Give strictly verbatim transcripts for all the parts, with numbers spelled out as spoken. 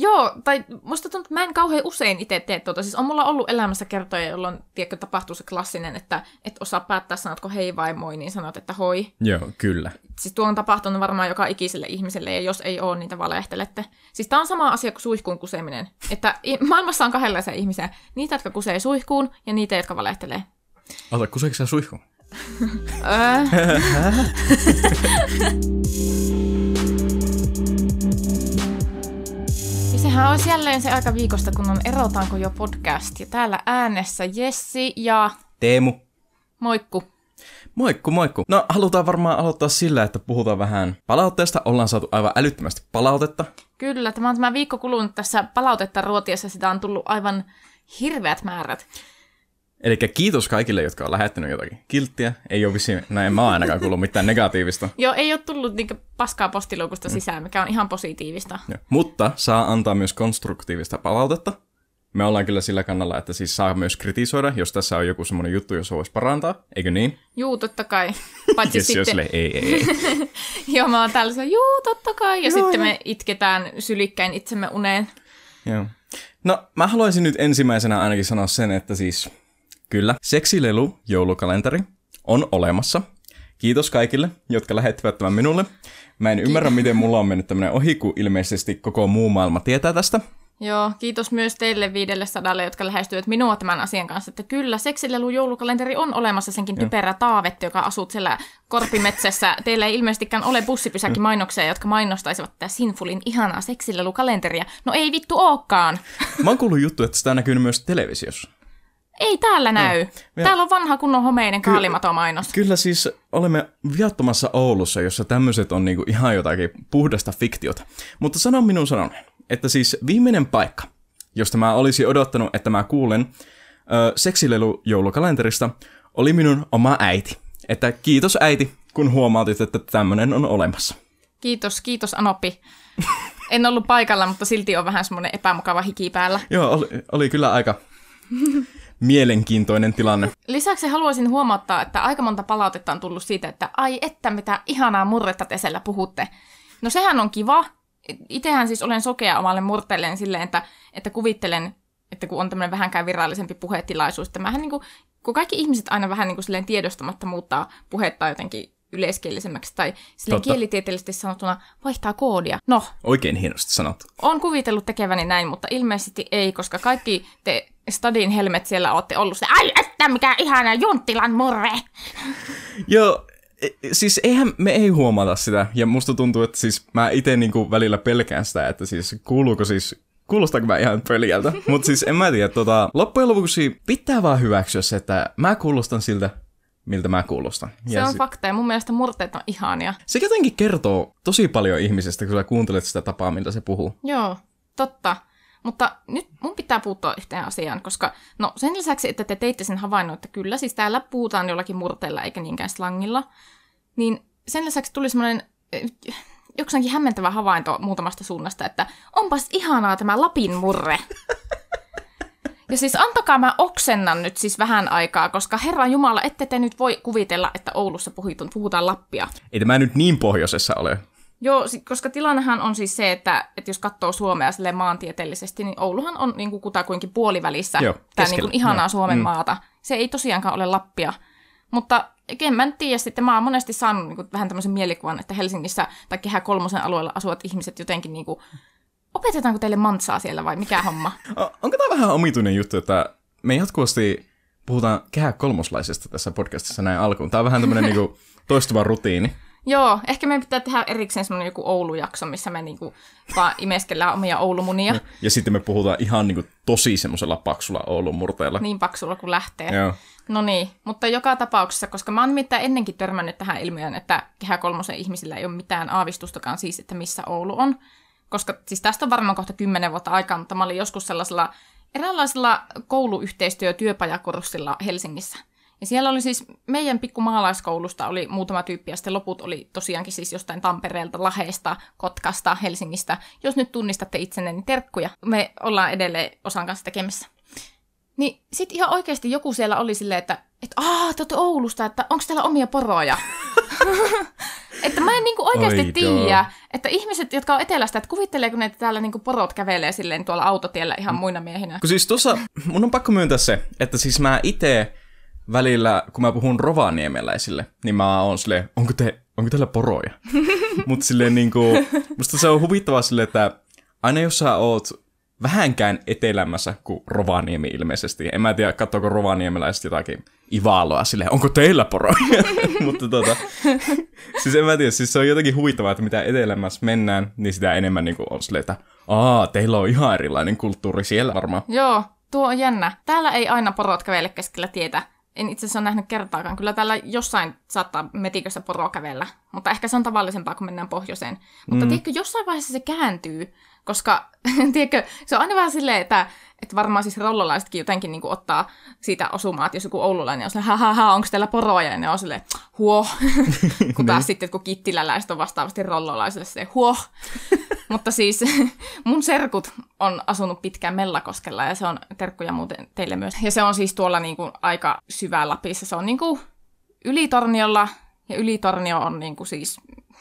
Joo, tai musta tuntuu, että mä en kauhean usein itse tee tuota. Siis on mulla ollut elämässä kertoja, jolloin tiedätkö, tapahtuu se klassinen, että et osaa päättää, sanotko hei vai moi, niin sanot, että hoi. Joo, kyllä. Siis tuo on tapahtunut varmaan joka ikiselle ihmiselle, ja jos ei ole, niitä valehtelette. Siis tää on sama asia kuin suihkuun kuseminen. Että maailmassa on kahdenlaisia ihmisiä. Niitä, jotka kusee suihkuun, ja niitä, jotka valehtelee. Ota, kuseeko sä suihkuun? Sehän olisi jälleen se aika viikosta, kun on Erotaanko jo podcast. Ja täällä äänessä Jessi ja... Teemu. Moikku. Moikku, moikku. No, halutaan varmaan aloittaa sillä, että puhutaan vähän palautteesta. Ollaan saatu aivan älyttömästi palautetta. Kyllä, tämä on tämä viikko kulunut tässä palautetta ruotiessa. Sitä on tullut aivan hirveät määrät. Eli kiitos kaikille, jotka on lähettänyt jotakin kilttiä. Ei ole vissiin, näin en mä oon ainakaan kuullut mitään negatiivista. Joo, ei ole tullut niinku paskaa postiluukusta sisään, mikä on ihan positiivista. Joo. Mutta saa antaa myös konstruktiivista palautetta. Me ollaan kyllä sillä kannalla, että siis saa myös kritisoida, jos tässä on joku semmoinen juttu, jossa voisi parantaa. Eikö niin? Juu, totta kai. Paitsi yes, sitten... Jos le- ei, ei, ei. Joo, mä oon täällä se, juu, totta kai. Ja joo, sitten jo. Me itketään sylikkäin itsemme uneen. Joo. No, mä haluaisin nyt ensimmäisenä ainakin sanoa sen, että siis... Kyllä, seksilelu joulukalenteri on olemassa. Kiitos kaikille, jotka lähettivät tämän minulle. Mä en ymmärrä, miten mulla on mennyt tämmönen ohi, kun ilmeisesti koko muu maailma tietää tästä. Joo, kiitos myös teille viidelle sadalle, jotka lähestyivät minua tämän asian kanssa, että kyllä, seksilelu joulukalenteri on olemassa, senkin typerä Taavetti, joka asut siellä korpimetsässä. Teillä ei ilmeisestikään ole bussipysäkkimainoksia, jotka mainostaisivat tätä Sinfulin ihanaa seksilelukalenteria. No ei vittu ookaan. Mä oon kuullut juttu, että sitä on näkynyt myös televisiossa. Ei täällä näy. No. Täällä on vanha kunnon homeinen kaalimatomainos. Kyllä siis olemme viattomassa Oulussa, jossa tämmöiset on niinku ihan jotakin puhdasta fiktiota. Mutta sanon minun sanoneen, että siis viimeinen paikka, josta mä olisin odottanut, että mä kuulen ö, seksilelu-joulukalenterista, oli minun oma äiti. Että kiitos äiti, kun huomautit, että tämmöinen on olemassa. Kiitos, kiitos Anoppi. En ollut paikalla, mutta silti on vähän semmoinen epämukava hiki päällä. Joo, oli, oli kyllä aika... mielenkiintoinen tilanne. Lisäksi haluaisin huomauttaa, että aika monta palautetta on tullut siitä, että ai että mitä ihanaa murretta te siellä puhutte. No sehän on kiva. Itsehän siis olen sokea omalle murteelleen silleen, että, että kuvittelen, että kun on tämmöinen vähänkään virallisempi puhetilaisuus, että mähän niin kuin, kun kaikki ihmiset aina vähän niin kuin silleen tiedostamatta muuttaa puhetta jotenkin yleiskielisemmäksi tai silleen kielitieteellisesti sanottuna vaihtaa koodia. No. Oikein hienosti sanottu. Olen kuvitellut tekeväni näin, mutta ilmeisesti ei, koska kaikki te Stadin helmet siellä olette ollut se, ai että mikä ihana Junttilan murre. Joo, siis eihän me ei huomata sitä, ja musta tuntuu, että siis mä ite niinku välillä pelkään sitä, että siis kuuluuko siis, kuulostaako mä ihan pöljältä, mutta siis en mä tiedä, tota, loppujen lopuksi pitää vaan hyväksyä se, että mä kuulostan siltä, miltä mä kuulostan. Se ja on si- fakta, ja mun mielestä murteet on ihania. Se jotenkin kertoo tosi paljon ihmisestä, kun sä kuuntelet sitä tapaa, miltä se puhuu. Joo, totta. Mutta nyt mun pitää puuttua yhteen asiaan, koska no sen lisäksi, että te teitte sen havainnon, että kyllä, siis täällä puhutaan jollakin murteella eikä niinkään slangilla, niin sen lisäksi tuli semmoinen jokseenkin hämmentävä havainto muutamasta suunnasta, että onpas ihanaa tämä Lapin murre. Ja siis antakaa mä oksennan nyt siis vähän aikaa, koska Herran Jumala, ette te nyt voi kuvitella, että Oulussa puhutaan Lappia. Ei tämä nyt niin pohjoisessa ole. Joo, koska tilannehan on siis se, että, että jos katsoo Suomea silleen maantieteellisesti, niin Ouluhan on niin kuin kutakuinkin puolivälissä tämä niin kuin ihanaa Suomen mm. maata. Se ei tosiaankaan ole Lappia. Mutta en mä en tiedä, sitten mä oon monesti saanut niin kuin vähän tämmöisen mielikuvan, että Helsingissä tai Kehä kolmosen alueella asuvat ihmiset jotenkin niin kuin, opetetaanko teille mantsaa siellä vai mikä homma? Onko tämä vähän omituinen juttu, että me jatkuvasti puhutaan Kehä kolmoslaisesta tässä podcastissa näin alkuun? Tämä on vähän tämmöinen niin kuin toistuva rutiini. Joo, ehkä meidän pitää tehdä erikseen semmoinen joku Oulu-jakso, missä me niinku vaan imeskellään omia Oulumunia. Ja, ja sitten me puhutaan ihan niinku tosi semmoisella paksulla Oulun murteella. Niin paksulla kuin lähtee. Joo. No niin, mutta joka tapauksessa, koska mä oon nimittäin ennenkin törmännyt tähän ilmiöön, että Kehä kolmosen ihmisillä ei ole mitään aavistustakaan siis, että missä Oulu on. Koska siis tästä on varmaan kohta kymmenen vuotta aikaa, mutta mä olin joskus sellaisella eräänlaisella kouluyhteistyö-työpajakurssilla Helsingissä. Ja siellä oli siis, meidän pikku maalaiskoulusta oli muutama tyyppi, ja sitten loput oli tosiaankin siis jostain Tampereelta, Lahdesta, Kotkasta, Helsingistä. Jos nyt tunnistatte itsenne, niin terkkuja. Me ollaan edelleen osan kanssa tekemässä. Niin sit ihan oikeasti joku siellä oli silleen, että et, aah, te ootte Oulusta, että onko teillä omia poroja? Että mä en niinku oikeasti Oi, tiedä, että ihmiset, jotka on etelästä, että kuvitteleeko ne, että täällä niinku porot kävelee silleen tuolla autotiellä ihan muina miehinä. Kun siis tuossa, mun on pakko myöntää se, että siis mä itse välillä, kun mä puhun rovaniemeläisille, niin mä oon silleen, onko, te, onko teillä poroja? Mutta silleen niinku, musta se on huvittavaa silleen, että aina jos sä oot vähänkään etelämässä kuin Rovaniemi ilmeisesti. En mä tiedä, katsoako rovaniemeläiset jotakin Ivaloa silleen, onko teillä poroja? Mutta tota, siis en mä tiedä, siis se on jotenkin huvittavaa, että mitä etelämässä mennään, niin sitä enemmän niin kuin on silleen, että aa, teillä on ihan erilainen kulttuuri siellä varmaan. Joo, tuo on jännä. Täällä ei aina porot kävele keskellä tietä. En itse asiassa ole nähnyt kertaakaan. Kyllä täällä jossain saattaa metikössä poro kävellä, mutta ehkä se on tavallisempaa, kun mennään pohjoiseen. Mutta mm. tiedätkö, jossain vaiheessa se kääntyy, koska tiedätkö, se on aina vähän silleen, että, että varmaan siis rollolaisetkin jotenkin niin kuin ottaa siitä osumaa, että jos joku oululainen on silleen, ha ha ha, onko teillä poroja? Ja ne on silleen, huo. Kun taas sitten, kun kittiläläiset on vastaavasti rollolaisille silleen, huo. Mutta siis mun serkut on asunut pitkään Mellakoskella ja se on terkkuja muuten teille myös. Ja se on siis tuolla niin kuin aika syvää Lapissa. Se on niin kuin Ylitorniolla ja Ylitornio on niin kuin siis,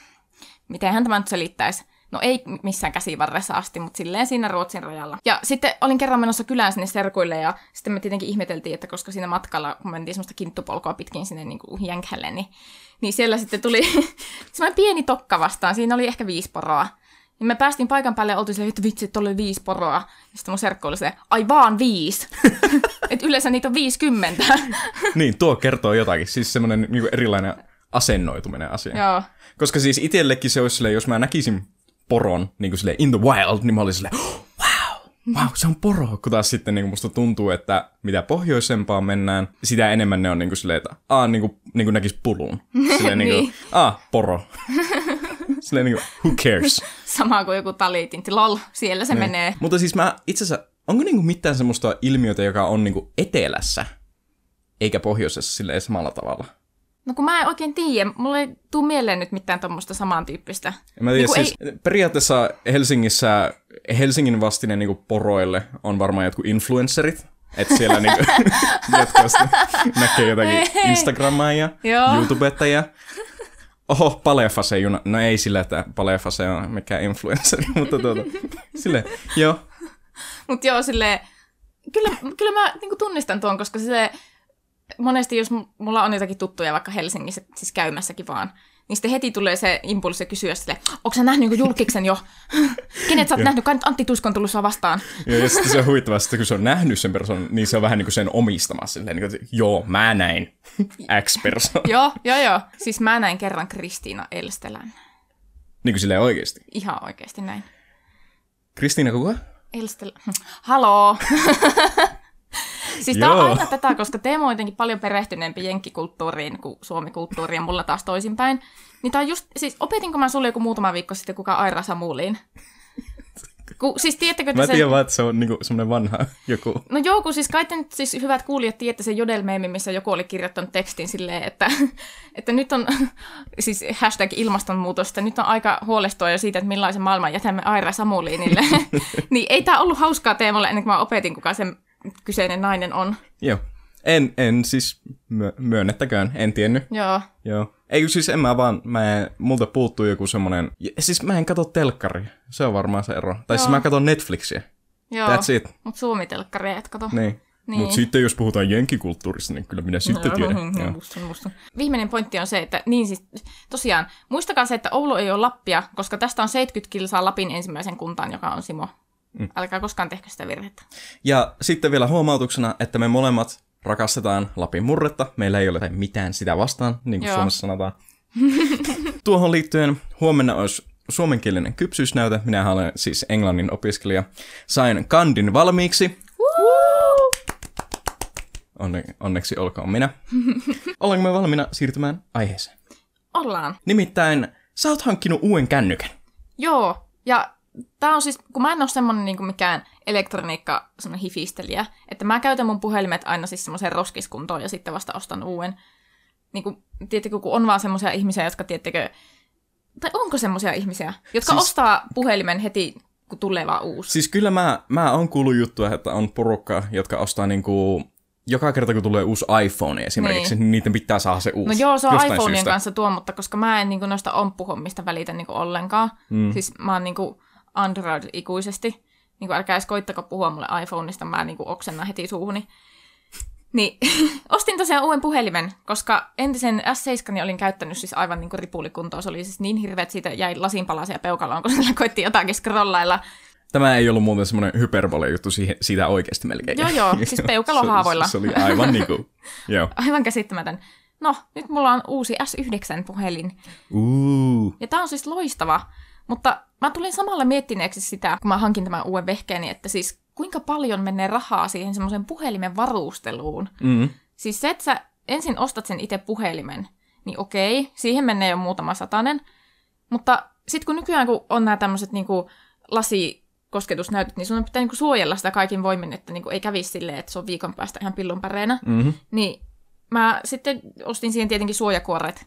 mitenhän tämä nyt selittäisi? No ei missään käsivarressa asti, mutta silleen siinä Ruotsin rajalla. Ja sitten olin kerran menossa kylään sinne serkuille ja sitten me tietenkin ihmeteltiin, että koska siinä matkalla, kun mentiin semmoista kinttupolkoa pitkin sinne niin kuin Jänkhälle, niin, niin siellä sitten tuli semmoinen pieni tokka vastaan. Siinä oli ehkä viisi poroa. Ja me päästiin paikan päälle ja oltiin silleen, että vitsi, että oli viisi poroa. Ja sitten mun serkku oli silleen, ai vaan viisi. Että yleensä niitä on viisikymmentä. Niin, tuo kertoo jotakin. Siis semmoinen niin erilainen asennoituminen asiaan. Joo. Koska siis itsellekin se olisi silleen, jos mä näkisin poron niin kuin silleen in the wild, niin mä olisin silleen, oh, wow, wow, se on poro. Kun taas sitten niin kuin musta tuntuu, että mitä pohjoisempaan mennään, sitä enemmän ne on niin kuin silleen, että aa, niin kuin, niin kuin näkisi pulun. Silleen niin kuin, aa, poro. Silleen niin kuin, who cares? Sama kuin joku talitinti, lol, siellä se niin. menee. Mutta siis mä itse asiassa, onko niin kuin mitään semmoista ilmiötä, joka on niin kuin etelässä, eikä pohjoisessa silleen samalla tavalla? No kun mä en oikein tiedä, mulle ei tuu mieleen nyt mitään tommoista samantyyppistä. Mä tiedän, niin siis ei... periaatteessa Helsingissä, Helsingin vastine niin kuin poroille on varmaan jotkut influencerit. Että siellä niin kuin, jotka näkee jotakin Instagrammaa ja YouTubettajia. Oho, Palefase juna. No ei sillä, että Palefase on mikään influenceri, mutta tuota, silleen, joo. Mut joo, silleen, kyllä, kyllä mä niin kuin tunnistan tuon, koska silleen, monesti jos mulla on jotakin tuttuja vaikka Helsingissä, siis käymässäkin vaan, niin sitten heti tulee se impulssi kysyä silleen, onko sä nähnyt julkiksen jo? Kenet sä oot nähnyt? Kai nyt Antti Tuisko on tullut sua vastaan. Ja, ja sitten se on huvittavaa, että kun se on nähnyt sen persoonan, niin se on vähän niin kuin sen omistama. Silleen, niin kuin, joo, mä näin X-persoon. Joo, joo, joo. Siis mä näin kerran Kristiina Elstelän. Niin kuin silleen oikeasti? Ihan oikeasti näin. Kristiina kuka? Elstelä. Haloo. Siis tää on aina tätä, koska Teemu on jotenkin paljon perehtyneempi jenkkikulttuuriin kuin suomikulttuuriin ja mulla taas toisinpäin. Niin tää on just, siis opetinko mä sulle joku muutama viikko sitten, kuka Aira Samuliin? Ku, siis tiedättekö, mä se... tiedän vaan, että se on niinku semmoinen vanha joku. No joo, kun siis kai te nyt siis hyvät kuulijat tiedätte sen Jodel-meemi, missä joku oli kirjoittanut tekstin silleen, että, että nyt on, siis hashtag ilmastonmuutosta, nyt on aika huolestua jo siitä, että millaisen maailman jätämme Aira Samuliinille. Niin ei tää ollut hauskaa Teemolle ennen kuin mä opetin, kuka sen kyseinen nainen on. Joo. En, en siis myö- myönnettäköön, en tiennyt. Joo. Joo. Ei siis en mä vaan, mä en, multa puuttuu joku semmonen, siis mä en katso telkkaria, se on varmaan se ero. Tai Joo. siis mä katson Netflixiä. Joo. That's it. Mut Suomi-telkkaria et kato. Niin. Niin. Mutta sitten jos puhutaan jenkkikulttuurista, niin kyllä minä sitten no, tiedän. No, musta, musta. Viimeinen pointti on se, että niin siis tosiaan, muistakaa se, että Oulu ei ole Lappia, koska tästä on seitsemänkymmentä kilsaa Lapin ensimmäisen kuntaan, joka on Simo. Mm. Älkää koskaan tehkö sitä virhettä. Ja sitten vielä huomautuksena, että me molemmat rakastetaan Lapin murretta. Meillä ei ole mitään sitä vastaan, niin kuin Joo. Suomessa sanotaan. Tuohon liittyen huomenna olisi suomenkielinen kypsyysnäyte. Minä olen siis englannin opiskelija. Sain kandin valmiiksi. Onne, onneksi olkoon minä. Ollaanko me valmiina siirtymään aiheeseen? Ollaan. Nimittäin, sä oot hankkinut uuden kännykän. Joo, ja tää on siis, kun mä en ole semmonen niin kuin mikään elektroniikka, semmonen hifistelijä, että mä käytän mun puhelimet aina siis semmoiseen roskiskuntoon ja sitten vasta ostan uuden. Niin kuin, tiedättekö, kun on vaan semmoisia ihmisiä, jotka, tiedättekö, tai onko semmoisia ihmisiä, jotka siis ostaa puhelimen heti, kun tulee vaan uusi? Siis kyllä mä, mä oon kuullut juttua, että on porukka, jotka ostaa niinku joka kerta kun tulee uusi iPhone esimerkiksi, niin, niin niiden pitää saada se uusi. No joo, se on jostain iPhoneien syystä. kanssa tuo, mutta koska mä en niin kuin, noista omppuhommista välitä niin kuin, ollenkaan. Mm. Siis mä oon niin kuin, Android ikuisesti. Niin kuin, älkää edes koittako puhua mulle iPhoneista, mä niin kuin, oksennan heti suuhuni. Niin, ostin tosiaan uuden puhelimen, koska entisen S seitsemän olin käyttänyt siis aivan niin kuin ripulikuntoon. Se oli siis niin hirveä, että siitä jäi lasinpalasia peukaloon, kun sillä koitti jotakin scrollailla. Tämä ei ollut muuten semmoinen hyperbole-juttu siihen, siitä oikeasti melkein. Joo, joo, siis peukalohaavoilla. se, se oli aivan niin kuin, joo. Aivan käsittämätön. No, nyt mulla on uusi S yhdeksän puhelin. Uh. Ja tää on siis loistava. Mutta mä tulin samalla miettineeksi sitä, kun mä hankin tämän uuden vehkeeni, että siis kuinka paljon menee rahaa siihen semmoisen puhelimen varusteluun. Mm. Siis se, että sä ensin ostat sen itse puhelimen, niin okei, siihen menee jo muutama satanen. Mutta sitten kun nykyään kun on nämä tämmöiset niinku lasikosketusnäytöt, niin sun pitää niinku suojella sitä kaikin voimin, että niinku ei kävisi silleen, että se on viikon päästä ihan pillunpäreenä. Mm-hmm. Niin mä sitten ostin siihen tietenkin suojakuoret.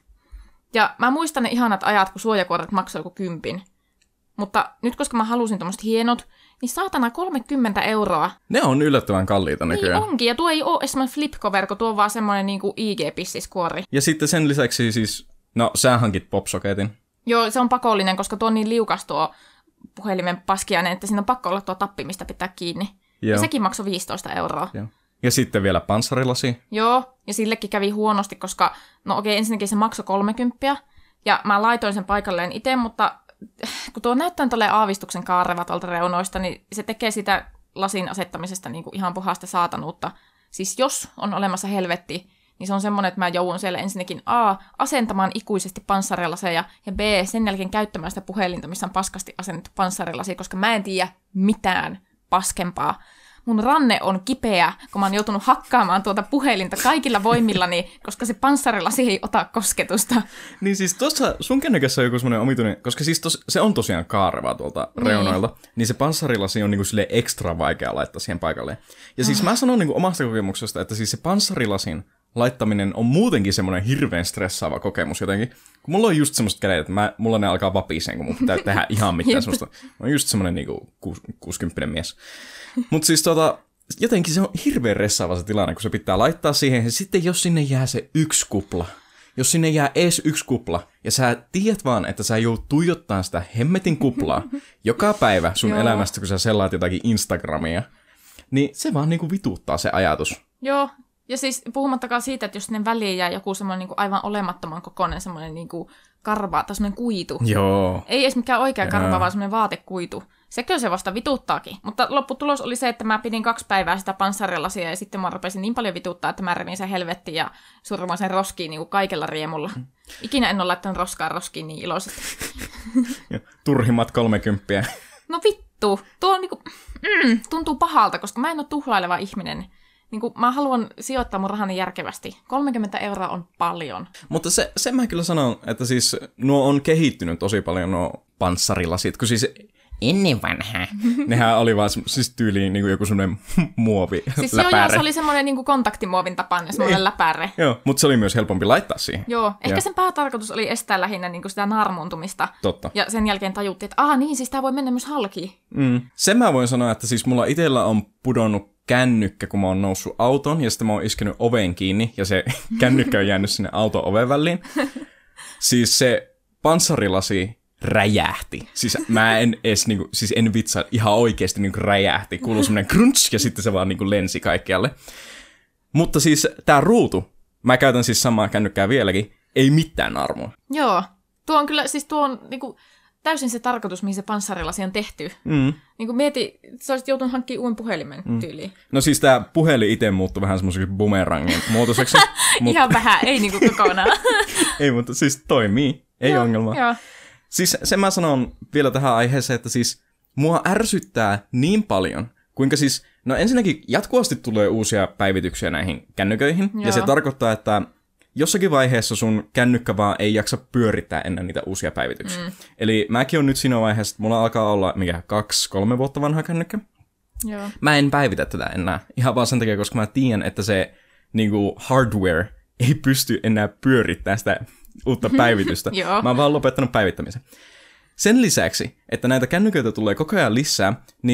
Ja mä muistan ne ihanat ajat, kun suojakuoret maksoi joku kympin. Mutta nyt, koska mä halusin tommoset hienot, niin saatana kolmekymmentä euroa. Ne on yllättävän kalliita nykyään. Niin onkin, ja tuo ei ole esimerkiksi flip-cover, kun tuo on vaan semmoinen niinku I G-pissiskuori. Ja sitten sen lisäksi siis, no sä hankit popsoketin. Joo, se on pakollinen, koska tuo on niin liukas tuo puhelimen paskiainen, että siinä on pakko olla tuo tappi, mistä pitää kiinni. Joo. Ja sekin maksoi viisitoista euroa. Joo. Ja sitten vielä panssarilasi. Joo, ja sillekin kävi huonosti, koska, no okei, ensinnäkin se maksoi kolmekymmentä, ja mä laitoin sen paikalleen itse, mutta kun tuo näyttää tolleen aavistuksen kaareva tuolta reunoista, niin se tekee sitä lasin asettamisesta niin kuin ihan puhasta saatanuutta. Siis jos on olemassa helvetti, niin se on semmoinen, että mä joudun siellä ensinnäkin A, asentamaan ikuisesti panssarilaseja, ja B, sen jälkeen käyttämään sitä puhelinta, missä on paskasti asennettu panssarilasi, koska mä en tiedä mitään paskempaa. Mun ranne on kipeä, kun mä oon joutunut hakkaamaan tuota puhelinta kaikilla voimillani, koska se panssarilasi ei ota kosketusta. Niin siis tuossa sun kännykässä on joku semmoinen omituinen, koska siis tos, se on tosiaan kaarevaa tuolta niin reunoilta, niin se panssarilasi on niinku silleen ekstra vaikea laittaa siihen paikalleen. Ja siis oh. mä sanon niinku omasta kokemuksesta, että siis se panssarilasin laittaminen on muutenkin semmoinen hirveän stressaava kokemus jotenkin. Kun mulla on just semmoista kädet, että mä, mulla ne alkaa vapiseen, kun mun pitää tehdä ihan mitään semmoista. Mä oon just semmoinen niinku kuusikymppinen mies. Mutta siis tota, jotenkin se on hirveän ressaava se tilanne, kun se pitää laittaa siihen. Ja sitten jos sinne jää se yksi kupla, jos sinne jää ees yksi kupla, ja sä tiedät vaan, että sä joudut tuijottaa sitä hemmetin kuplaa joka päivä sun Joo. elämästä, kun sä sellaat jotakin Instagramia, niin se vaan niinku vituuttaa se ajatus. Joo, ja siis puhumattakaan siitä, että jos sinne väliin jää joku semmoinen niinku aivan olemattoman kokoinen semmoinen niinku karva tai semmoinen kuitu. Joo. Ei edes mikään oikea karva, vaan semmoinen vaatekuitu. Sekö se vasta vituuttaakin. Mutta lopputulos oli se, että mä pidin kaksi päivää sitä panssarilasia ja sitten mä rupesin niin paljon vituttaa, että mä revin sen helvettiin ja surmaan sen roskiin niin kuin kaikella riemulla. Ikinä en ole laittanut roskaa roskiin niin iloisesti. Turhimmat kolmekymppiä. No vittu. Tuo on niinku, mm, tuntuu pahalta, koska mä en ole tuhlaileva ihminen. Niin kuin mä haluan sijoittaa mun rahani järkevästi. kolmekymmentä euroa on paljon. Mutta se, se mä kyllä sanon, että siis nuo on kehittynyt tosi paljon nuo panssarilasit, kun siis ennen vanhaa. Nehän oli vaan siis tyyliin niin kuin joku semmoinen muovi siis läpäre. Joo, joo, se oli semmoinen niin kuin kontaktimuovin tapainen semmoinen niin. läpäre. Joo, mutta se oli myös helpompi laittaa siihen. Joo, ehkä ja. sen päätarkoitus oli estää lähinnä niin kuin sitä naarmuuntumista. Totta. Ja sen jälkeen tajuttiin, että aah niin, siis tää voi mennä myös halki. Mm. Sen mä voin sanoa, että siis mulla itsellä on pudonnut kännykkä, kun mä oon noussut auton, ja sitten mä oon iskenyt oven kiinni, ja se kännykkä on jäänyt sinne auton oven väliin. Siis se panssarilasi räjähti. Siis mä en edes, niinku, siis en vitsaa, ihan oikeasti niinku räjähti. Kuului semmoinen crunch, ja sitten se vaan niinku lensi kaikkialle. Mutta siis tää ruutu, mä käytän siis samaa kännykkää vieläkin, ei mitään armoa. Joo, tuo on kyllä, siis tuo on niinku täysin se tarkoitus, mihin se panssarilasi on tehty. Mm. Niin kuin mieti, sä olisit joutunut hankkimaan uuden puhelimen mm. tyyliin. No siis tää puhelin itse muuttui vähän semmoiseksi bumerangin muotoiseksi. mut... Ihan vähän, ei niinku kokonaan. Ei, mutta siis toimii, ei joo, ongelma. Joo. Siis sen mä sanon vielä tähän aiheeseen, että siis mua ärsyttää niin paljon, kuinka siis, no ensinnäkin jatkuvasti tulee uusia päivityksiä näihin kännyköihin, joo. ja se tarkoittaa, että jossakin vaiheessa sun kännykkä vaan ei jaksa pyörittää ennen niitä uusia päivityksiä. Mm. Eli mäkin on nyt siinä vaiheessa, että mulla alkaa olla mikä kaksi, kolme vuotta vanha kännykkä. Joo. Mä en päivitä tätä enää, ihan vaan sen takia, koska mä tiedän, että se niinku hardware ei pysty enää pyörittämään sitä uutta päivitystä. Mä oon vaan lopettanut päivittämisen. Sen lisäksi, että näitä kännyköitä tulee koko ajan lisää, niin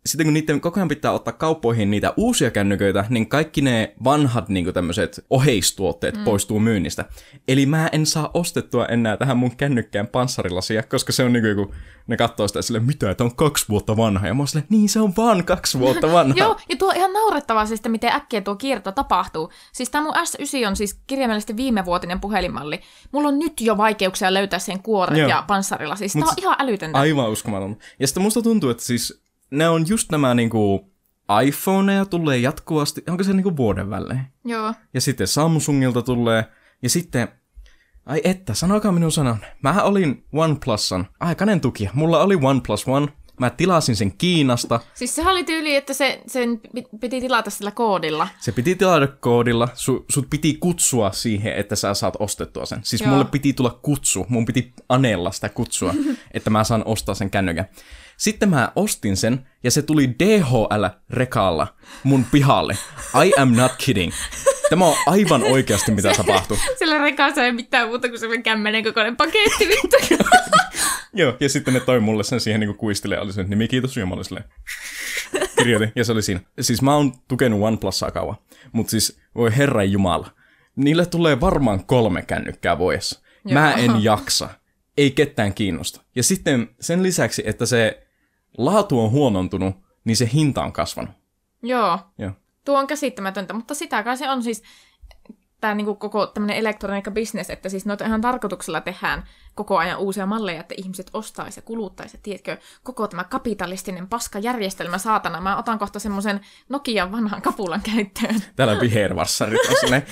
sitten kun niiden koko ajan pitää ottaa kauppoihin niitä uusia kännyköitä, niin kaikki ne vanhat niin tämmöiset oheistuotteet mm. poistuu myynnistä. Eli mä en saa ostettua enää tähän mun kännykkään panssarilasia, koska se on niin kuin, ne katsoo sitä silleen, mitä, tämä on kaksi vuotta vanha. Ja mä oon silleen, niin se on vaan kaksi vuotta vanha. Joo, ja tuo on ihan naurettavaa siis, miten äkkiä tuo kierto tapahtuu. Siis tämä mun S yhdeksän on siis kirjaimellisesti viimevuotinen puhelinmalli. Mulla on nyt jo vaikeuksia löytää sen kuoret Joo. ja panssarilasia. Siis tämä on ihan älytöntä. Aivan uskomaton. Ja sitten musta tuntuu, että siis ne on just nämä niinku iPhoneja tulee jatkuvasti, onko se niinku vuoden välein? Joo. Ja sitten Samsungilta tulee, ja sitten, ai että, sanokaa minun sanon. Mä olin OnePlusan aikainen tukija. Mulla oli OnePlus One, mä tilasin sen Kiinasta. Siis sehän oli tyyli, että se, sen piti tilata sillä koodilla. Se piti tilata koodilla, Su, sut piti kutsua siihen, että sä saat ostettua sen. Siis Joo. mulle piti tulla kutsu, mun piti anella sitä kutsua, että mä saan ostaa sen kännykän. Sitten mä ostin sen, ja se tuli D H L-rekalla mun pihalle. I am not kidding. Tämä on aivan oikeasti, mitä tapahtui. Sillä rekassa ei mitään muuta kuin semmoinen kämmenen kokoinen paketti, vittu. Joo, ja sitten ne toi mulle sen siihen niin kuistille, ja oli se nimi kiitos, ja mä olin silleen, kirjoitin, ja se oli siinä. Siis mä oon tukenut OnePlusaa kauan, mutta siis voi herran jumala, niille tulee varmaan kolme kännykkää vuodessa. Joo. Mä en jaksa, ei ketään kiinnosta. Ja sitten sen lisäksi, että se laatu on huonontunut, niin se hinta on kasvanut. Joo. Joo. Tuo on käsittämätöntä, mutta sitä kai se on siis tämä niinku koko tämmöinen elektroniikka-business, että siis noita ihan tarkoituksella tehdään koko ajan uusia malleja, että ihmiset ostaisi ja kuluttaisi. Tiedätkö, koko tämä kapitalistinen paskajärjestelmä, saatana. Mä otan kohta semmoisen Nokian vanhan kapulan käyttöön. Täällä vihervassarit on silleen.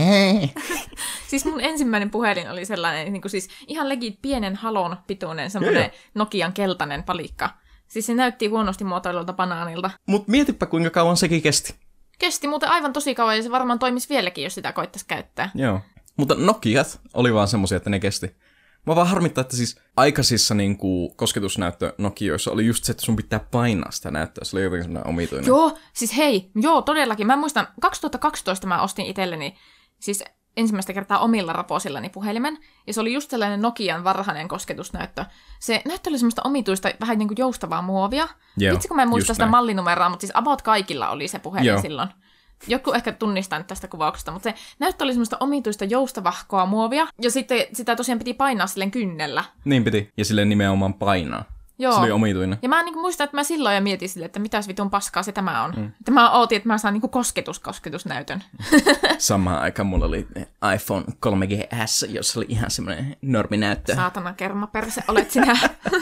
Siis mun ensimmäinen puhelin oli sellainen, niin kuin siis ihan legit pienen halon pituinen semmoinen Nokian keltainen palikka. Siis se näytti huonosti muotoilulta banaanilta. Mut mietipä, kuinka kauan sekin kesti. Kesti muuten aivan tosi kauan ja se varmaan toimisi vieläkin, jos sitä koittaisi käyttää. Joo. Mutta Nokiat oli vaan semmosia, että ne kesti. Mä vaan harmittaa, että siis aikaisissa niin kuin kosketusnäyttö Nokioissa oli just se, että sun pitää painaa sitä näyttöä. Se oli jotenkin semmoinen omituinen. Joo, siis hei, joo, todellakin. Mä muistan, kaksituhattakaksitoista mä ostin itselleni siis ensimmäistä kertaa omilla raposillani puhelimen, ja se oli just sellainen Nokian varhainen kosketusnäyttö. Se näyttö oli semmoista omituista, vähän niin kuin joustavaa muovia. Joo, vitsi, kun mä en muista sitä näin. mallinumeroa, mutta siis about kaikilla oli se puhelin Joo. silloin. Joku ehkä tunnistaa nyt tästä kuvauksesta, mutta se näyttö oli semmoista omituista joustavahkoa muovia, ja sitten sitä tosiaan piti painaa silleen kynnellä. Niin piti, ja silleen nimenomaan painaa. Joo. Se oli omituinen. Ja mä niin muistan, että mä silloin jo mietin silleen, että mitäs vitun paskaa se tämä on. Mm. Että mä ootin, että mä saan niin kosketus-kosketusnäytön. Samaan aikaan mulla oli iPhone kolme G S, jossa oli ihan semmoinen norminäyttö. Saatana kermaperse, olet sinä.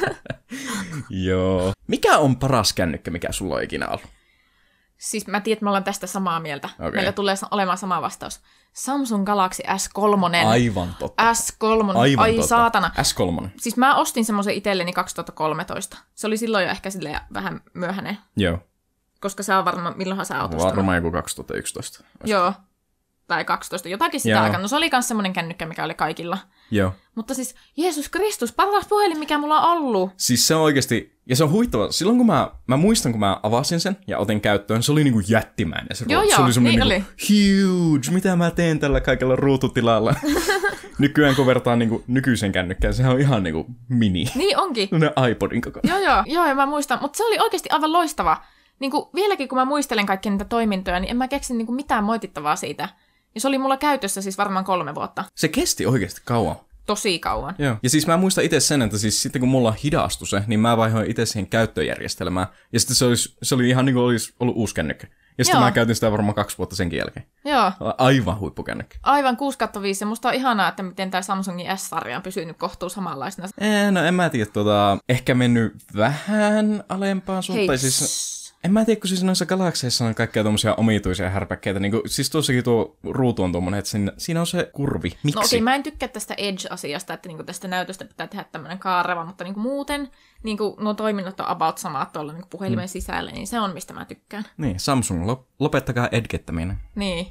Joo. Mikä on paras kännykkä, mikä sulla on ikinä ollut? Siis mä tiedän, että me ollaan tästä samaa mieltä. Okay. Meillä tulee olemaan sama vastaus. Samsung Galaxy S kolme. Aivan totta. S kolme. Aivan Ai totta. saatana. S kolme. Siis mä ostin semmoisen itselleni kaksituhattakolmetoista. Se oli silloin jo ehkä silleen vähän myöhäinen. Joo. Koska se on varmaan, milloinhan sä oot ostanut? Varmaan joku kaksituhattayksitoista. Joo. Tai kaksitoista, jotakin sitä aikaa. No se oli myös semmoinen kännykkä, mikä oli kaikilla. Joo. Mutta siis, Jeesus Kristus, paras puhelin, mikä mulla on ollut. Siis se on oikeasti, ja se on huittava. Silloin kun mä, mä muistan, kun mä avasin sen ja otin käyttöön, se oli niinku jättimäinen. Se, joo, se joo, oli semmoinen niin niinku, huge, mitä mä teen tällä kaikella ruututilalla. Nykyään kun vertaan niinku nykyisen kännykkään, sehän on ihan niinku mini. Niin onkin. Sellainen iPodin kokonaan. Joo, joo, joo, ja mä muistan. Mutta se oli oikeasti aivan loistava. Niin kuin, vieläkin kun mä muistelen kaikkia niitä toimintoja, niin en mä keksi niin kuin mitään moitittavaa siitä. Ja se oli mulla käytössä siis varmaan kolme vuotta. Se kesti oikeasti kauan. Tosi kauan. Joo. Ja siis mä muistan itse sen, että siis sitten kun mulla hidastui se, niin mä vaihoin itse siihen käyttöjärjestelmään. Ja sitten se, olisi, se oli ihan niin kuin olisi ollut uusi kännykkä. Ja sitten Joo. mä käytin sitä varmaan kaksi vuotta senkin jälkeen. Joo. Aivan huippukännykkä. Aivan kuusi kautta viisi. Ja musta on ihanaa, että miten tää Samsungin S-sarja on pysynyt kohtuu samanlaisena. Eh, no en mä tiedä, tota, ehkä mennyt vähän alempaan suuntaan. Hei, Siis, en mä tiedä, kun siis noissa galakseissa on kaikkea tommosia omituisia härpäkkeitä. Niin kuin, siis tuossakin tuo ruutu on tommonen, että siinä, siinä on se kurvi. Miksi? No okei, okay, mä en tykkää tästä Edge-asiasta, että niinku tästä näytöstä pitää tehdä tämmönen kaareva, mutta niinku muuten niinku nuo toiminnot on about samat tuolla niinku puhelimen hmm. sisällä, niin se on, mistä mä tykkään. Niin, Samsung, lop- lopettakaa edgettäminen. Niin.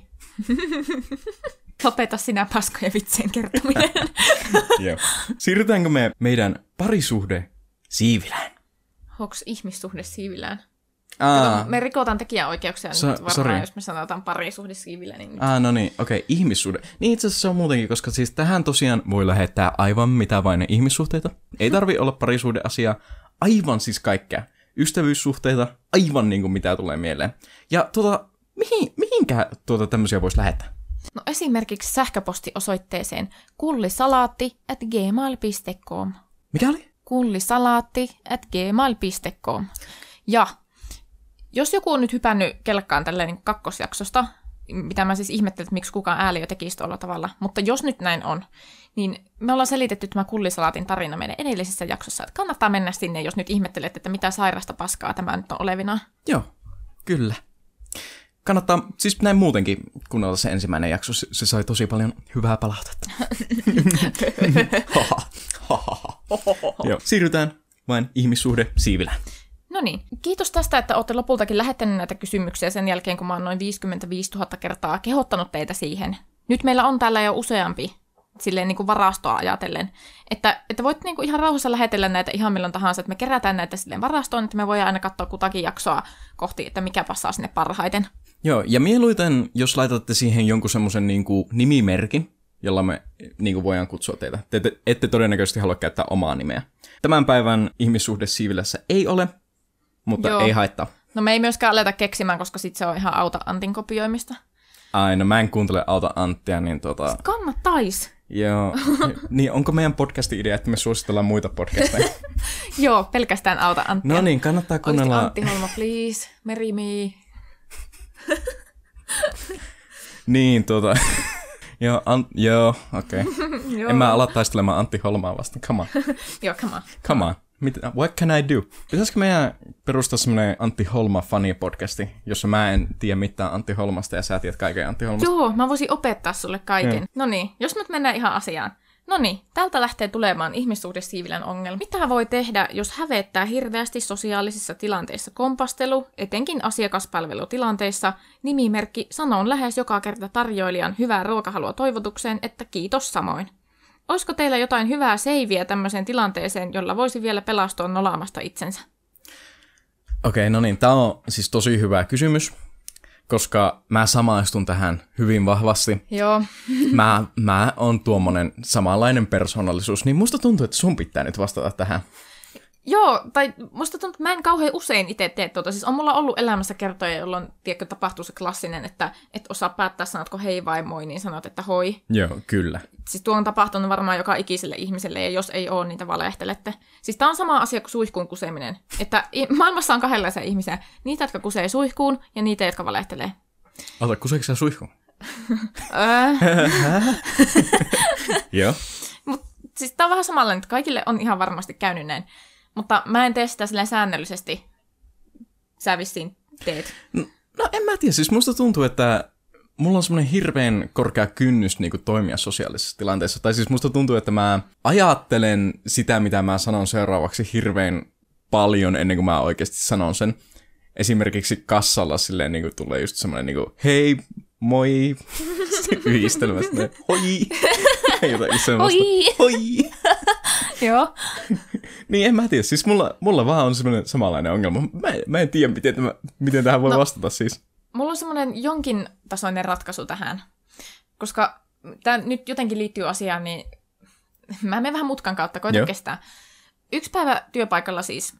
Lopeta sinä paskoja vitsien kertominen. Joo. Siirrytäänkö me meidän parisuhde siivilään? Onks ihmissuhde siivilään? Aa. Kato, me rikotaan tekijäoikeuksia So, nyt varmaan, sorry. jos me sanotaan parisuhde siivillä. Niin... Ah, no niin, okei, okay, ihmissuhde. Niin itse asiassa se on muutenkin, koska siis tähän tosiaan voi lähettää aivan mitä vain ihmissuhteita. Ei tarvi olla parisuhdeasiaa, aivan siis kaikkea. ystävyyssuhteita, aivan niin kuin mitä tulee mieleen. Ja tuota, mihin, mihinkä tuota tämmöisiä voisi lähettää? No esimerkiksi sähköpostiosoitteeseen kullisalaatti at gmail piste com. Mikä oli? kullisalaatti at gmail piste com. Ja jos joku on nyt hypännyt kelkkaan tälleen niin kakkosjaksosta, mitä mä siis ihmettelin, että miksi kukaan ääliö tekisi tuolla tavalla, mutta jos nyt näin on, niin me ollaan selitetty tämä kullisalaatin tarina meidän edellisessä jaksossa, että kannattaa mennä sinne, jos nyt ihmettelet, että mitä sairasta paskaa tämä nyt on olevina. Joo, kyllä. Kannattaa, siis näin muutenkin kuunnella se ensimmäinen jakso, se, se sai tosi paljon hyvää palautetta. Joo, siirrytään vain ihmissuhde siivilään. No niin, kiitos tästä, että olette lopultakin lähettäneet näitä kysymyksiä sen jälkeen, kun mä oon noin viisikymmentäviisituhatta kertaa kehottanut teitä siihen. Nyt meillä on täällä jo useampi, silleen niin kuin varastoa ajatellen, että, että voit niin kuin ihan rauhassa lähetellä näitä ihan milloin tahansa, että me kerätään näitä silleen varastoon, että me voidaan aina katsoa kutakin jaksoa kohti, että mikä passaa sinne parhaiten. Joo, ja mieluiten, jos laitatte siihen jonkun semmoisen niin kuin nimimerkin, jolla me niin kuin voidaan kutsua teitä. Te ette, ette todennäköisesti halua käyttää omaa nimeä. Tämän päivän ihmissuhde siivilässä ei ole, mutta Joo. ei haittaa. No me ei myöskään aleta keksimään, koska sit se on ihan Auta Antin kopioimista. Ai, no mä en kuuntele Auta Anttia, niin tota... Sit kannattais. Joo. Niin, onko meidän podcastin idea, että me suositellaan muita podcasteja? Joo, pelkästään Auta Anttia. No niin, kannattaa kuunnella... Antti Holma, please. Merimi. Niin, tota... Joo, an... joo, okei. Okay. En mä ala taistelemaan Antti Holmaa vastaan, come on. Joo, come on. Come on. What can I do? Pitäisikö meidän perustaa semmoinen Antti Holma-fani-podcasti, jossa mä en tiedä mitään Antti Holmasta ja sä tiedät kaiken Antti Holmasta? Joo, mä voisin opettaa sulle kaiken. No niin, jos nyt mennään ihan asiaan. No niin, täältä lähtee tulemaan ihmissuhdesiivilän ongelma. Mitä voi tehdä, jos hävettää hirveästi sosiaalisissa tilanteissa kompastelu, etenkin asiakaspalvelutilanteissa, nimimerkki sanon lähes joka kerta tarjoilijan hyvää ruokahalua toivotukseen, että kiitos samoin. Olisiko teillä jotain hyvää seiviä tämmöiseen tilanteeseen, jolla voisi vielä pelastua nolaamasta itsensä? Okei, okay, no niin, tää on siis tosi hyvä kysymys, koska mä samaistun tähän hyvin vahvasti. Joo. Mä, mä oon tuommoinen samanlainen persoonallisuus, niin musta tuntuu, että sun pitää nyt vastata tähän. Joo, tai musta tuntuu, että mä en kauhean usein itse tee tuota. Siis on mulla ollut elämässä kertoja, jolloin tiedätkö, tapahtuu se klassinen, että et osaa päättää, sanotko hei vai moi, niin sanot, että hoi. Joo, kyllä. Siis tuo on tapahtunut varmaan joka ikiselle ihmiselle, ja jos ei ole, niitä valehtelette. Siis tää on sama asia kuin suihkuun kuseminen. Että maailmassa on kahdenlaisia ihmisiä. Niitä, jotka kusee suihkuun, ja niitä, jotka valehtelee. Ota, kuseeko sä suihkuun? Joo. Mut siis tää on vähän samanlainen, että kaikille on ihan varmasti käynyt näin. Mutta mä en tee sitä silleen säännöllisesti. Sä vissiin teet. No, no en mä tiedä. Siis musta tuntuu, että mulla on semmoinen hirveän korkea kynnys niin kuin toimia sosiaalisessa tilanteessa. Tai siis musta tuntuu, että mä ajattelen sitä, mitä mä sanon seuraavaksi hirveän paljon ennen kuin mä oikeasti sanon sen. Esimerkiksi kassalla silleen niin kuin tulee just semmoinen niin kuin, hei, moi, yhdistelmästä, hoi, jotain semmoista, hoi, hoi. Joo. Niin en mä tiedä, siis mulla, mulla vaan on semmoinen samanlainen ongelma. Mä, mä en tiedä, miten, tämä, miten tähän voi no, vastata siis. Mulla on semmoinen jonkin tasoinen ratkaisu tähän, koska tämä nyt jotenkin liittyy asiaan, niin mä menen vähän mutkan kautta, koitan Joo. kestää. Yksi päivä työpaikalla siis,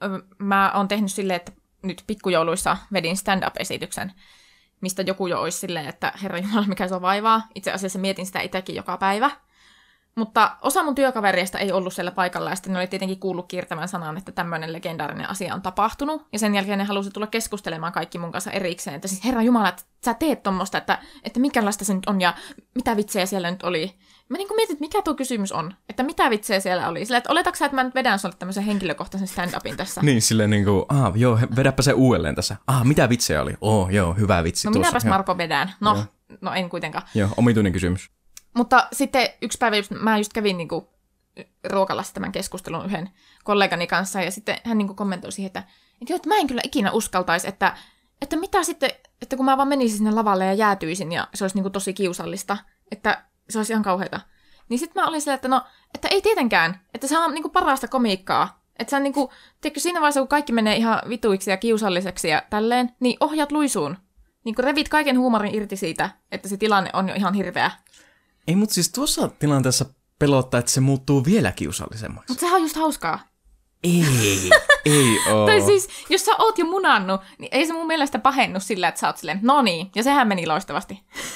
mä oon tehnyt silleen, että nyt pikkujouluissa vedin stand-up-esityksen, mistä joku jo olisi silleen, että herranjumala, mikä se on vaivaa. Itse asiassa mietin sitä itsekin joka päivä. Mutta osa mun työkavereista ei ollut siellä paikalla, ja sitten ne oli tietenkin kuullut kiertävän sanan, että tämmöinen legendaarinen asia on tapahtunut. Ja sen jälkeen ne halusi tulla keskustelemaan kaikki mun kanssa erikseen, että siis herra jumala, että sä teet tommoista, että, että mikälaista se nyt on, ja mitä vitsejä siellä nyt oli. Mä niin kuin mietin, että mikä tuo kysymys on, että mitä vitsejä siellä oli. Sillä, että oletatko sä, että mä nyt vedän sulle tämmöisen henkilökohtaisen stand-upin tässä? Niin, silleen niin kuin, ah, joo, vedäpä se uudelleen tässä. Ah, mitä vitsejä oli? Oh, joo, hyvä vitsi. No tuossa. minäpäs Marko vedän. No, joo. no en kuitenkaan. Joo, omituinen kysymys. Mutta sitten yksi päivä just, mä just kävin niinku ruokalassa tämän keskustelun yhden kollegani kanssa, ja sitten hän niinku kommentoi siihen, että, että, joo, että mä en kyllä ikinä uskaltaisi, että, että mitä sitten, että kun mä vaan menisin sinne lavalle ja jäätyisin, ja se olisi niinku tosi kiusallista, että se olisi ihan kauheata. Niin sitten mä olin sillä, että no, että ei tietenkään, että se on niinku parasta komiikkaa. Että sä niinku, tiedätkö, siinä vaiheessa, kun kaikki menee ihan vituiksi ja kiusalliseksi ja tälleen, niin ohjat luisuun. Niinku revit kaiken huumorin irti siitä, että se tilanne on jo ihan hirveä. Ei, mutta siis tuossa tilanteessa pelottaa, että se muuttuu vielä kiusallisemmaksi. Mutta sehän on just hauskaa. Ei. Ei oo. Tai siis, jos sä oot jo munannut, niin ei se mun mielestä pahennu sillä, että sä oot silleen, no niin, ja sehän meni loistavasti.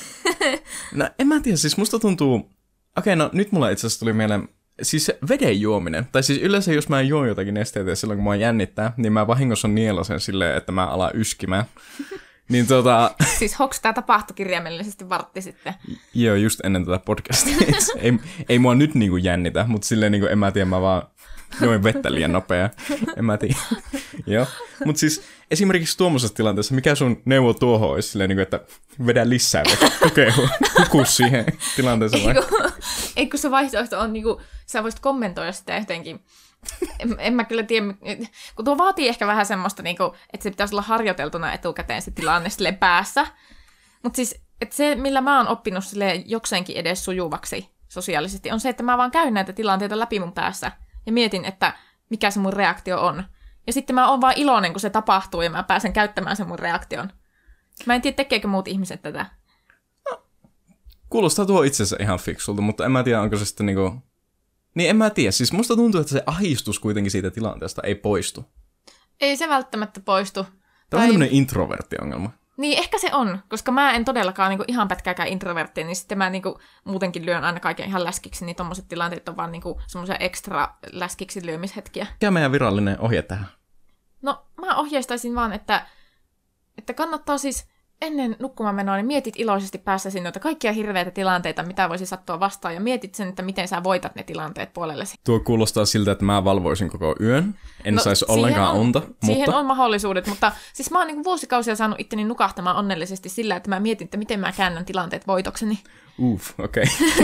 No en mä tiedä, siis musta tuntuu... Okei, okay, no nyt mulla itse asiassa tuli mieleen... Siis veden juominen, tai siis yleensä jos mä juon jotakin nesteitä ja silloin kun mua jännittää, niin mä vahingossa nielasen silleen, että mä alan yskimään. Niin tota... Siis hoks tää tapahtui kirjaimellisesti vartti sitten. Joo, just ennen tätä podcastia. ei, ei mua nyt niinku jännitä, mutta silleen niinku en mä tiedä, mä vaan join vettä liian nopea. En mä tiedä. Joo. Mutta siis esimerkiksi tuommoisessa tilanteessa, mikä sun neuvo tuohon olisi silleen, niinku, että vedä lisää vettä. Okei, okay, huku siihen tilanteeseen vai? Ei kun se vaihtoehto on niinku, sä voisit kommentoida sitä jotenkin. En, en mä kyllä tiedä, kun tuo vaatii ehkä vähän semmoista, niinku, että se pitäisi olla harjoiteltuna etukäteen se tilanne silleen päässä. Mutta siis, että se, millä mä oon oppinut silleen jokseenkin edes sujuvaksi sosiaalisesti, on se, että mä vaan käyn näitä tilanteita läpi mun päässä ja mietin, että mikä se mun reaktio on. Ja sitten mä oon vaan iloinen, kun se tapahtuu ja mä pääsen käyttämään sen mun reaktion. Mä en tiedä, tekeekö muut ihmiset tätä. No, kuulostaa tuo itse asiassa ihan fiksulta, mutta en mä tiedä, onko se sitten niinku... Niin en mä tiedä. Siis musta tuntuu, että se ahdistus kuitenkin siitä tilanteesta ei poistu. Ei se välttämättä poistu. Tämä tai... on tämmöinen introvertti-ongelma. Niin, ehkä se on, koska mä en todellakaan niinku ihan pätkääkään introvertti, niin sitten mä niinku muutenkin lyön aina kaiken ihan läskiksi, niin tommoset tilanteet on vaan niinku semmoisia ekstra läskiksi lyömishetkiä. Mikä meidän virallinen ohje tähän? No, mä ohjeistaisin vaan, että, että kannattaa siis ennen nukkumaan menoa, niin mietit iloisesti päässäsi noita kaikkia hirveitä tilanteita, mitä voisi sattua vastaan, ja mietit sen, että miten sä voitat ne tilanteet puolellesi. Tuo kuulostaa siltä, että mä valvoisin koko yön. En no, saisi ollenkaan on, unta. Siihen mutta... on mahdollisuudet, mutta siis mä oon niin vuosikausia saanut itteni nukahtamaan onnellisesti sillä, että mä mietin, että miten mä käännän tilanteet voitokseni. Uff, okei.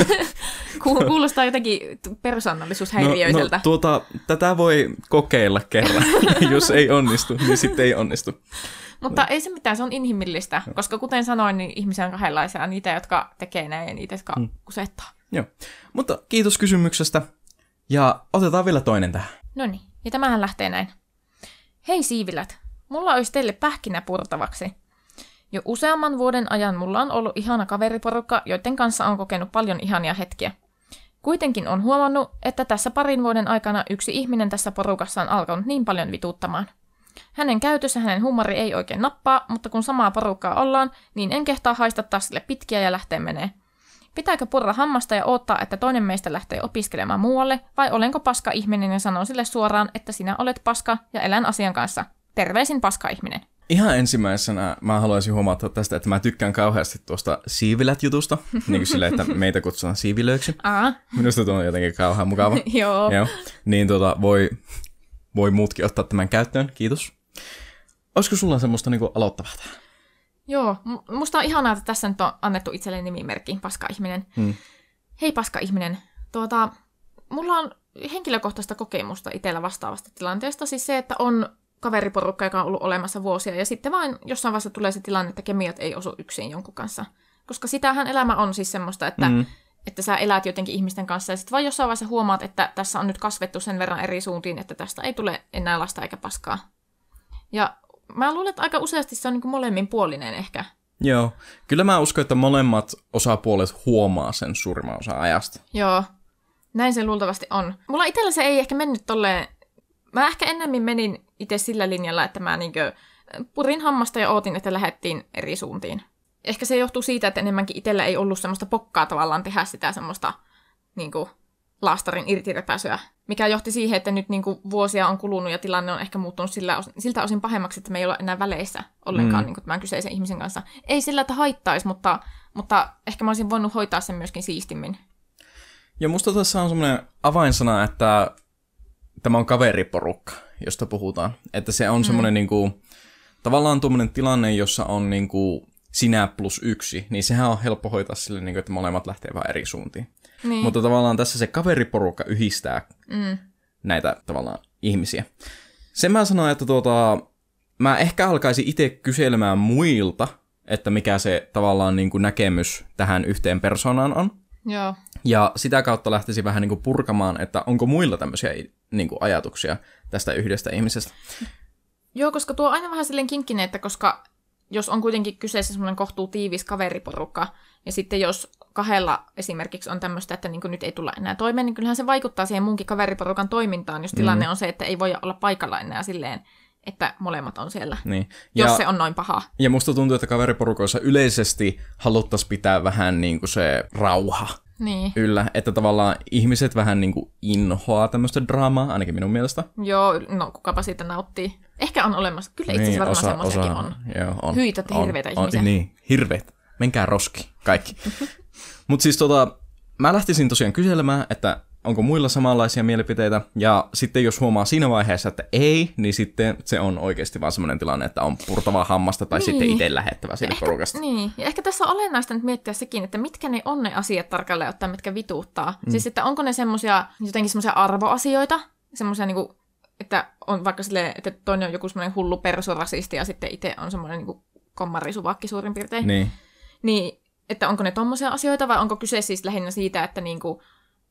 Okay. Kuulostaa jotenkin persoonallisuushäiriöiseltä. No, no tuota, tätä voi kokeilla kerran. Jos ei onnistu, niin sitten ei onnistu. Mutta ei se mitään, se on inhimillistä, koska kuten sanoin, niin ihmisiä on kahdenlaisia, niitä, jotka tekee näin ja niitä, jotka hmm. kusettaa. Joo, mutta kiitos kysymyksestä ja otetaan vielä toinen tähän. Noniin, ja tämähän lähtee näin. Hei siivilät, mulla olisi teille pähkinä purtavaksi. Jo useamman vuoden ajan mulla on ollut ihana kaveriporukka, joiden kanssa on kokenut paljon ihania hetkiä. Kuitenkin on huomannut, että tässä parin vuoden aikana yksi ihminen tässä porukassa on alkanut niin paljon vituuttamaan. Hänen käytössä hänen huumori ei oikein nappaa, mutta kun samaa porukkaa ollaan, niin en kehtaa haistattaa sille pitkiä ja lähtee menee. Pitääkö purra hammasta ja odottaa, että toinen meistä lähtee opiskelemaan muualle, vai olenko paska ihminen ja sanon sille suoraan, että sinä olet paska ja elän asian kanssa. Terveisin paska ihminen. Ihan ensimmäisenä mä haluaisin huomata tästä, että mä tykkään kauheasti tuosta siivilät-jutusta, niin kuin sille, että meitä kutsutaan siivilöiksi. Aa. Minusta tuo on jotenkin kauhean mukava. Joo. Joo. Niin tota, voi, voi muutkin ottaa tämän käyttöön, kiitos. Olisiko sulla semmoista niin kuin aloittavaa? Joo, m- musta on ihanaa, että tässä nyt on annettu itselle nimimerkki, paska-ihminen. Hmm. Hei paska-ihminen, tuota, mulla on henkilökohtaista kokemusta itsellä vastaavasta tilanteesta, siis se, että on kaveriporukka, joka on ollut olemassa vuosia, ja sitten vain jossain vaiheessa tulee se tilanne, että kemiat ei osu yksin jonkun kanssa. Koska sitähän elämä on siis semmoista, että, hmm. että sä elät jotenkin ihmisten kanssa, ja sitten vaan jossain vaiheessa huomaat, että tässä on nyt kasvettu sen verran eri suuntiin, että tästä ei tule enää lasta eikä paskaa. Ja mä luulen, että aika useasti se on niin kuin molemminpuolinen ehkä. Joo. Kyllä mä uskon, että molemmat osapuolet huomaa sen suurimman osan ajasta. Joo. Näin se luultavasti on. Mulla itsellä se ei ehkä mennyt tolleen... Mä ehkä ennemmin menin itse sillä linjalla, että mä niinkö purin hammasta ja ootin, että lähdettiin eri suuntiin. Ehkä se johtuu siitä, että enemmänkin itsellä ei ollut semmoista pokkaa tavallaan tehdä sitä semmoista niinku laastarin irtirepäsyä, mikä johti siihen, että nyt niinku vuosia on kulunut ja tilanne on ehkä muuttunut sillä osin, siltä osin pahemmaksi, että me ei ole enää väleissä ollenkaan mm. niinku tämän kyseisen ihmisen kanssa. Ei sillä, että haittaisi, mutta, mutta ehkä mä olisin voinut hoitaa sen myöskin siistimmin. Ja musta tässä on semmoinen avainsana, että tämä on kaveriporukka, josta puhutaan. Että se on mm. semmoinen niinku, tavallaan tuommoinen tilanne, jossa on niinku sinä plus yksi, niin sehän on helppo hoitaa sille, niinku, että molemmat lähtee vaan eri suuntiin. Niin. Mutta tavallaan tässä se kaveriporukka yhdistää mm. näitä tavallaan ihmisiä. Sen mä sanoin, että tuota, mä ehkä alkaisin itse kyselemään muilta, että mikä se tavallaan niin kuin näkemys tähän yhteen persoonaan on. Joo. Ja sitä kautta lähtisi vähän niin kuin purkamaan, että onko muilla tämmöisiä niin kuin ajatuksia tästä yhdestä ihmisestä. Joo, koska tuo on aina vähän silleen kinkkinen, että koska jos on kuitenkin kyseessä semmoinen kohtuu tiivis kaveriporukka, ja sitten jos kahdella esimerkiksi on tämmöistä, että niin kuin nyt ei tulla enää toimeen, niin kyllähän se vaikuttaa siihen munkin kaveriporukan toimintaan, jos tilanne mm. on se, että ei voi olla paikalla enää silleen, että molemmat on siellä, niin. ja, jos se on noin paha. Ja musta tuntuu, että kaveriporukoissa yleisesti haluttaisiin pitää vähän niin kuin se rauha niin. yllä, että tavallaan ihmiset vähän niin kuin inhoaa tämmöistä draamaa, ainakin minun mielestä. Joo, no kukapa siitä nauttii. Ehkä on olemassa, kyllä itse asiassa niin, varmaan semmoisiakin on. Joo, on. Hyitä, on, hirveitä on, ihmisiä. On, niin, hirveitä. Menkää roski, kaikki. Mutta siis tota, mä lähtisin tosiaan kyselemään, että onko muilla samanlaisia mielipiteitä, ja sitten jos huomaa siinä vaiheessa, että ei, niin sitten se on oikeasti vaan semmoinen tilanne, että on purtavaa hammasta tai niin. sitten itse lähettävä siitä ehkä, porukasta. Niin, ja ehkä tässä on olennaista nyt miettiä sekin, että mitkä ne on ne asiat tarkalleen ottaen, mitkä vituuttaa. Mm. Siis, että onko ne semmoisia, jotenkin semmoisia arvoasioita, semmoisia niinku, että on vaikka silleen, että toinen on joku semmoinen hullu persorasisti, ja sitten itse on semmoinen niinku kommarisuvakki suurin piirtein. Niin. Niin, että onko ne tommoisia asioita, vai onko kyse siis lähinnä siitä, että niinku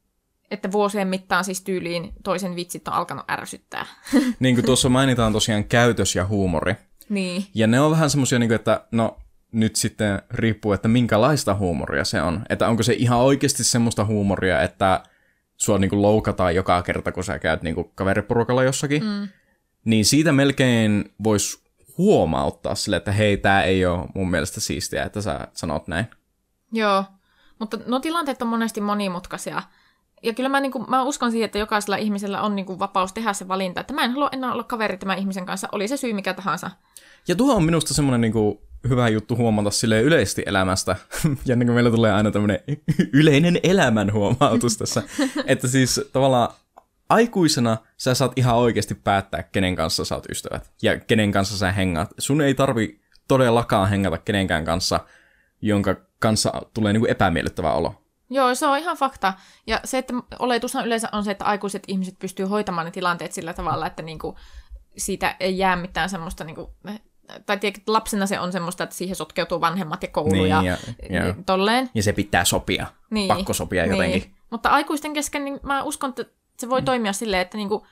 että vuosien mittaan siis tyyliin toisen vitsit on alkanut ärsyttää. Niin kuin tuossa mainitaan tosiaan käytös ja huumori. Niin. Ja ne on vähän semmoisia, että no nyt sitten riippuu, että minkälaista huumoria se on. Että onko se ihan oikeasti semmoista huumoria, että sua niin kuin loukataan joka kerta, kun sä käyt niin kuin kaveriporukalla jossakin. Mm. Niin siitä melkein vois huomauttaa sille, että hei, tää ei ole mun mielestä siistiä, että sä sanot näin. Joo, mutta no tilanteet on monesti monimutkaisia. Ja kyllä mä, niin kuin, mä uskon siihen, että jokaisella ihmisellä on niin kuin vapaus tehdä se valinta, että mä en halua enää olla kaveri tämän ihmisen kanssa, oli se syy mikä tahansa. Ja tuo on minusta semmoinen niin kuin hyvä juttu huomata silleen yleisesti elämästä. Ja niin kuin meillä tulee aina tämmöinen yleinen elämän huomautus tässä. Että siis tavallaan aikuisena sä saat ihan oikeasti päättää, kenen kanssa sä oot ystävät. Ja kenen kanssa sä hengaat. Sun ei tarvi todellakaan hengata kenenkään kanssa, jonka kanssa tulee niin kuin epämiellyttävä olo. Joo, se on ihan fakta. Ja se, että oletushan yleensä on se, että aikuiset ihmiset pystyy hoitamaan ne tilanteet sillä tavalla, että niinku siitä ei jää mitään semmoista, niinku, tai tiedätkö, lapsena se on semmoista, että siihen sotkeutuu vanhemmat ja koulu niin, ja, ja, ja tolleen. Ja se pitää sopia, niin, pakko sopia niin. jotenkin. Mutta aikuisten kesken niin mä uskon, että se voi mm. toimia silleen, että niinku,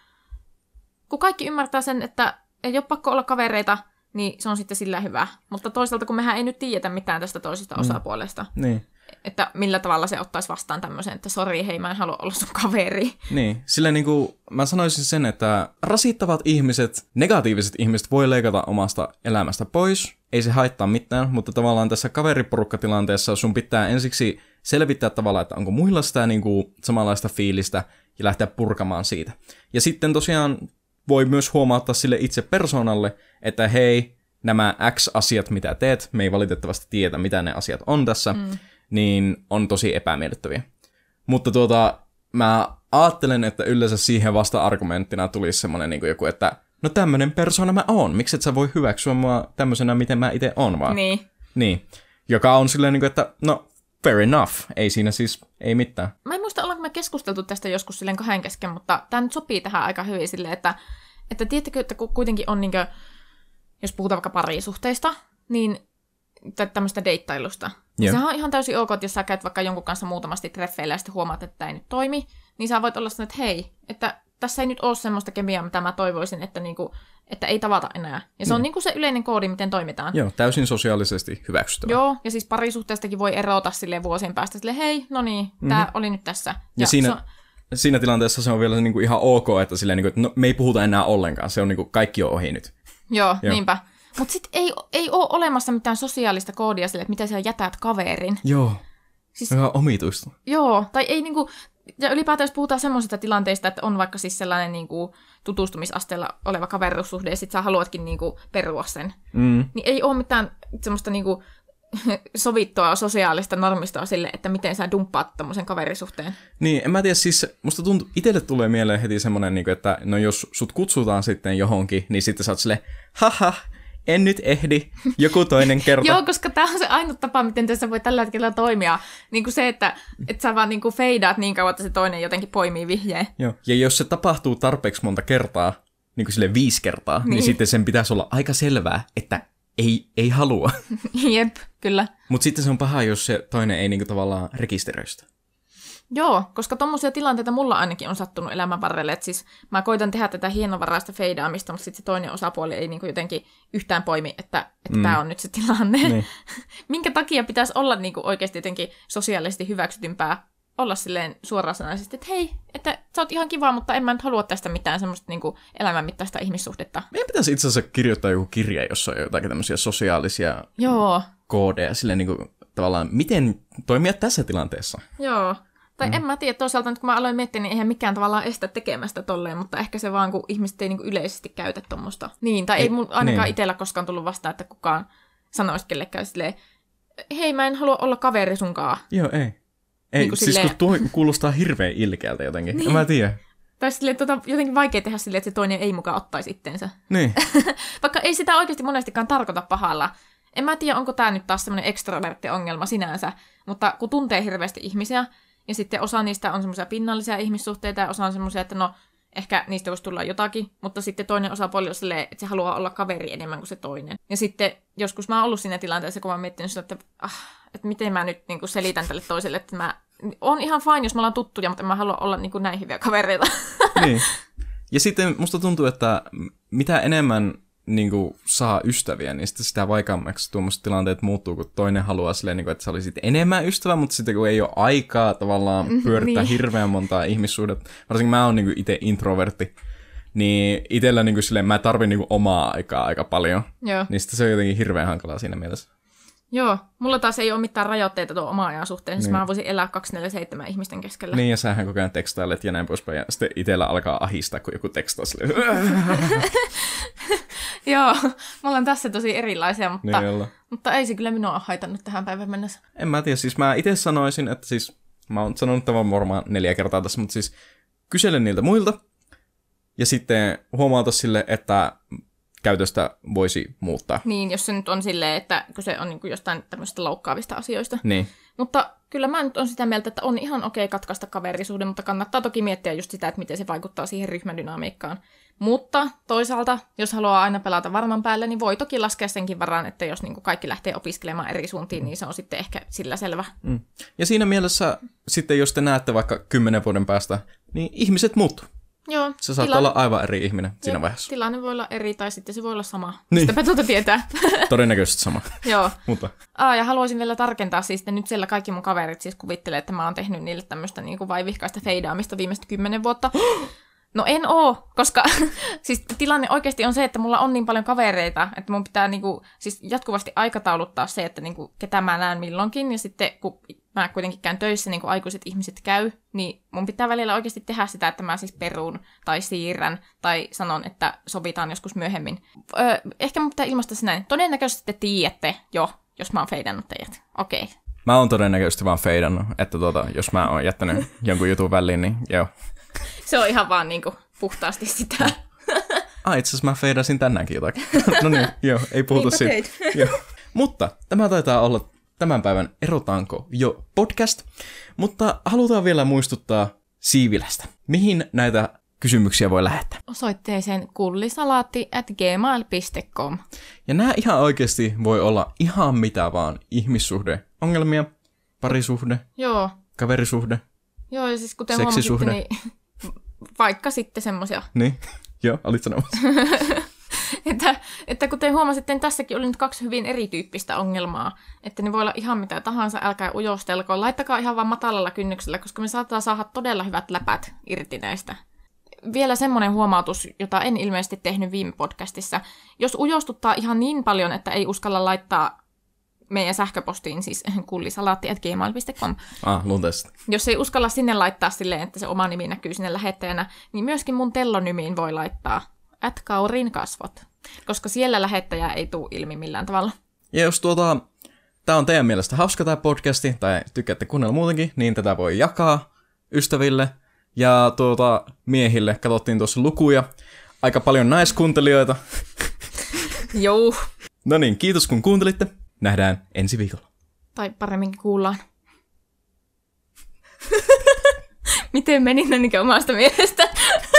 kun kaikki ymmärtää sen, että ei ole pakko olla kavereita, niin se on sitten sillä hyvä. Mutta toisaalta, kun mehän ei nyt tiedetä mitään tästä toisesta mm. osapuolesta. Niin. Että millä tavalla se ottaisi vastaan tämmöisen, että sori, hei, mä en halua olla sun kaveri. Niin, sillä niin kuin mä sanoisin sen, että rasittavat ihmiset, negatiiviset ihmiset voi leikata omasta elämästä pois, ei se haittaa mitään, mutta tavallaan tässä kaveriporukkatilanteessa sun pitää ensiksi selvittää tavallaan, että onko muilla sitä niin kuin samanlaista fiilistä ja lähteä purkamaan siitä. Ja sitten tosiaan voi myös huomauttaa sille itse persoonalle, että hei, nämä X-asiat, mitä teet, me ei valitettavasti tiedä, mitä ne asiat on tässä, mm. niin on tosi epämiellyttäviä. Mutta tuota, mä ajattelen, että yleensä siihen vasta-argumenttina tulisi semmoinen niin kuin joku, että no tämmönen persona mä oon, miksi et sä voi hyväksyä mua tämmöisenä, miten mä itse oon vaan. Niin. Niin. Joka on silleen niin kuin, että no fair enough, ei siinä siis, ei mitään. Mä en muista, ollaanko me keskusteltu tästä joskus silleen kahden kesken, mutta tää nyt sopii tähän aika hyvin silleen, että, että tiedättekö, että kuitenkin on niin kuin, jos puhutaan vaikka parisuhteista, niin tämmöistä deittailusta. Niin sehän on ihan täysin ok, että jos sä käyt vaikka jonkun kanssa muutamasti treffeillä ja sitten huomaat, että tämä ei nyt toimi, niin sä voit olla sellainen, että hei, että tässä ei nyt ole semmoista kemiaa, mitä mä toivoisin, että, niinku, että ei tavata enää. Ja se mm. on niinku se yleinen koodi, miten toimitaan. Joo, täysin sosiaalisesti hyväksyttävä. Joo, ja siis parisuhteestakin voi erota silleen vuosien päästä silleen, hei, no niin, mm-hmm. tää oli nyt tässä. Ja, ja siinä, on... siinä tilanteessa se on vielä niinku ihan ok, että, silleen, niinku, että no, me ei puhuta enää ollenkaan, se on niinku, kaikki on ohi nyt. Joo, Joo. niinpä. Mutta sitten ei, ei ole olemassa mitään sosiaalista koodia sille, että miten sä jätät kaverin. Joo, siis, ihan omituista. Joo, tai ei niinku, ja ylipäätään jos puhutaan semmoisista tilanteista, että on vaikka siis sellainen niinku tutustumisasteella oleva kaveruussuhde, ja sit sä haluatkin niinku perua sen, mm. niin ei ole mitään semmoista niinku sovittua sosiaalista normistoa sille, että miten sä dumppaat tommosen kaverisuhteen. Niin, en mä tiedä, siis musta tuntuu, itselle tulee mieleen heti semmoinen, että no jos sut kutsutaan sitten johonkin, niin sitten sä oot silleen, haha, en nyt ehdi, joku toinen kerta. Joo, koska tämä on se ainut tapa, miten tässä voi tällä hetkellä toimia. Niin kuin se, että et sä vaan niin kuin feidaat niin kauan, että se toinen jotenkin poimii vihjeen. Joo, ja jos se tapahtuu tarpeeksi monta kertaa, niin kuin sille viisi kertaa, niin. niin sitten sen pitäisi olla aika selvää, että ei, ei halua. Jep, kyllä. Mutta sitten se on paha, jos se toinen ei niin kuin tavallaan rekisteröistä. Joo, koska tommosia tilanteita mulla ainakin on sattunut elämän varrelle, että siis mä koitan tehdä tätä hienovaraista feidaamista, mutta sitten se toinen osapuoli ei niinku jotenkin yhtään poimi, että, että mm. tämä on nyt se tilanne. Niin. Minkä takia pitäisi olla niinku oikeasti jotenkin sosiaalisesti hyväksytympää olla silleen suorasanaisesti, että hei, että sä oot ihan kiva, mutta en mä nyt halua tästä mitään semmoista niinku elämänmittaista ihmissuhdetta. Meidän pitäisi itse asiassa kirjoittaa joku kirja, jossa on jotakin tämmöisiä sosiaalisia Joo. koodeja, silleen niinku tavallaan, miten toimia tässä tilanteessa. Joo. Tai mm. en mä tiedä, toisaalta nyt kun mä aloin miettiä, niin eihän mikään tavallaan estä tekemästä tolleen, mutta ehkä se vaan, kun ihmiset ei niinku yleisesti käytä tommoista. Niin, tai ei, ei mun ainakaan niin. itsellä koskaan tullut vastaan, että kukaan sanoisi kellekään silleen, hei, mä en halua olla kaveri sunkaan. Joo, ei. Ei, niin siis silleen... kun tuo kuulostaa hirveän ilkeältä jotenkin, niin. En mä tiedä. Tai silleen tota, jotenkin vaikea tehdä silleen, että se toinen ei mukaan ottaisi itteensä. Niin. Vaikka ei sitä oikeasti monestikaan tarkoita pahalla. En mä tiedä, onko tää nyt taas semmoinen ekstrovertti-ongelma sinänsä, mutta kun tuntee hirveästi ihmisiä, ja sitten osa niistä on semmoisia pinnallisia ihmissuhteita, ja osa on semmoisia, että no, ehkä niistä voisi tulla jotakin, mutta sitten toinen osapuoli on silleen, että se haluaa olla kaveri enemmän kuin se toinen. Ja sitten joskus mä oon ollut siinä tilanteessa, kun mä oon miettinyt sitä, että, ah, että miten mä nyt niin kuin selitän tälle toiselle, että mä on ihan fine, jos me ollaan tuttuja, mutta en mä halua olla niin kuin näin hyviä kavereita. Niin. Ja sitten musta tuntuu, että mitä enemmän niin kuin saa ystäviä, niin sitten sitä vaikeammaksi tuommoiset tilanteet muuttuu, kun toinen haluaa silleen, niin kuin, että sä olisit enemmän ystävä, mutta sitten kun ei ole aikaa tavallaan pyörittää niin. hirveän montaa ihmissuhdetta, varsinkin mä oon niin kuin itse introvertti, niin itsellä niin kuin silleen, mä tarvin niin kuin omaa aikaa aika paljon, Joo. niin sitten se on jotenkin hirveän hankalaa siinä mielessä. Joo, mulla taas ei ole mitään rajoitteita tuon omaa ajan suhteen, siis niin. Mä voisin elää kaksikymmentäneljä seitsemän ihmisten keskellä. Niin, ja sähän koko ajan tekstailet ja näin poispäin, ja sitten itsellä alkaa ahistaa, kun joku tekstaa silleen. Joo, me ollaan tässä tosi erilaisia, mutta, niin mutta ei se kyllä minua ole haitannut tähän päivän mennessä. En mä tiedä, siis mä itse sanoisin, että siis, mä oon sanonut tämän varmaan neljä kertaa tässä, mutta siis kysele niiltä muilta, ja sitten huomauta sille, että käytöstä voisi muuttaa. Niin, jos se nyt on silleen, että kun se on niin kuin jostain tämmöistä loukkaavista asioista. Niin. Mutta kyllä mä nyt on sitä mieltä, että on ihan okei katkaista kaverisuhde, mutta kannattaa toki miettiä just sitä, että miten se vaikuttaa siihen ryhmädynamiikkaan. Mutta toisaalta, jos haluaa aina pelata varman päälle, niin voi toki laskea senkin varaan, että jos niin kuin kaikki lähtee opiskelemaan eri suuntiin, niin se on sitten ehkä sillä selvä. Mm. Ja siinä mielessä sitten, jos te näette vaikka kymmenen vuoden päästä, niin ihmiset muuttuu. Joo. Se saattaa tilanne... olla aivan eri ihminen siinä Joo, vaiheessa. Tilanne voi olla eri, tai sitten se voi olla sama. Niin. Sitäpä tuota tietää. Todennäköisesti sama. Joo. Mutta. Aa, ja haluaisin vielä tarkentaa, siis että nyt siellä kaikki mun kaverit siis kuvittelee, että mä oon tehnyt niille tämmöistä niin kuin vaivihkaista feidaamista viimeiset kymmenen vuotta. No en oo, koska siis tilanne oikeasti on se, että mulla on niin paljon kavereita, että mun pitää niinku, siis jatkuvasti aikatauluttaa se, että niinku, ketä mä näen milloinkin, ja sitten kun mä kuitenkin käyn töissä, niin kuin aikuiset ihmiset käy, niin mun pitää välillä oikeasti tehdä sitä, että mä siis peruun tai siirrän tai sanon, että sovitaan joskus myöhemmin. Öö, ehkä mun pitää ilmaista se näin. Todennäköisesti te tiedätte jo, jos mä oon feidannut teidät. Okei. Okay. Mä oon todennäköisesti vaan feidannut, että tuota, jos mä oon jättänyt jonkun jutun väliin, niin joo. Se on ihan vaan niinku puhtaasti sitä. Ah, itse asiassa mä feidasin tänäänkin jotakin. No niin, joo, ei puhuta siitä. Mutta tämä taitaa olla tämän päivän Erotaanko jo podcast, mutta halutaan vielä muistuttaa Siivilästä. Mihin näitä kysymyksiä voi lähettää? Osoitteeseen kullisalaatti at gmail piste com. Ja nämä ihan oikeasti voi olla ihan mitä vaan. Ihmissuhde-ongelmia, parisuhde, Joo. kaverisuhde, Joo, ja siis kuten huomasitte, niin vaikka sitten semmoisia. Niin, joo, olit sanomassa. että, että kuten huomasitte, niin tässäkin oli nyt kaksi hyvin erityyppistä ongelmaa. Että ne voi olla ihan mitä tahansa, älkää ujostelko. Laittakaa ihan vaan matalalla kynnyksellä, koska me saattaa saada todella hyvät läpät irti näistä. Vielä semmoinen huomautus, jota en ilmeisesti tehnyt viime podcastissa. Jos ujostuttaa ihan niin paljon, että ei uskalla laittaa meidän sähköpostiin, siis kullisalaatti at gmail piste com. Ah, luontaisesti. Jos ei uskalla sinne laittaa silleen, että se oma nimi näkyy sinne lähettäjänä, niin myöskin mun tellonymiin voi laittaa at kaurin kasvot, koska siellä lähettäjä ei tule ilmi millään tavalla. Ja jos tuota, tää on teidän mielestä hauska tää podcasti, tai tykkäätte kuunnella muutenkin, niin tätä voi jakaa ystäville ja tuota miehille. Katsottiin tuossa lukuja. Aika paljon naiskuuntelijoita. Joo. No niin, kiitos kun kuuntelitte. Nähdään ensi viikolla. Tai paremminkin kuullaan. Miten meni näin omasta mielestä?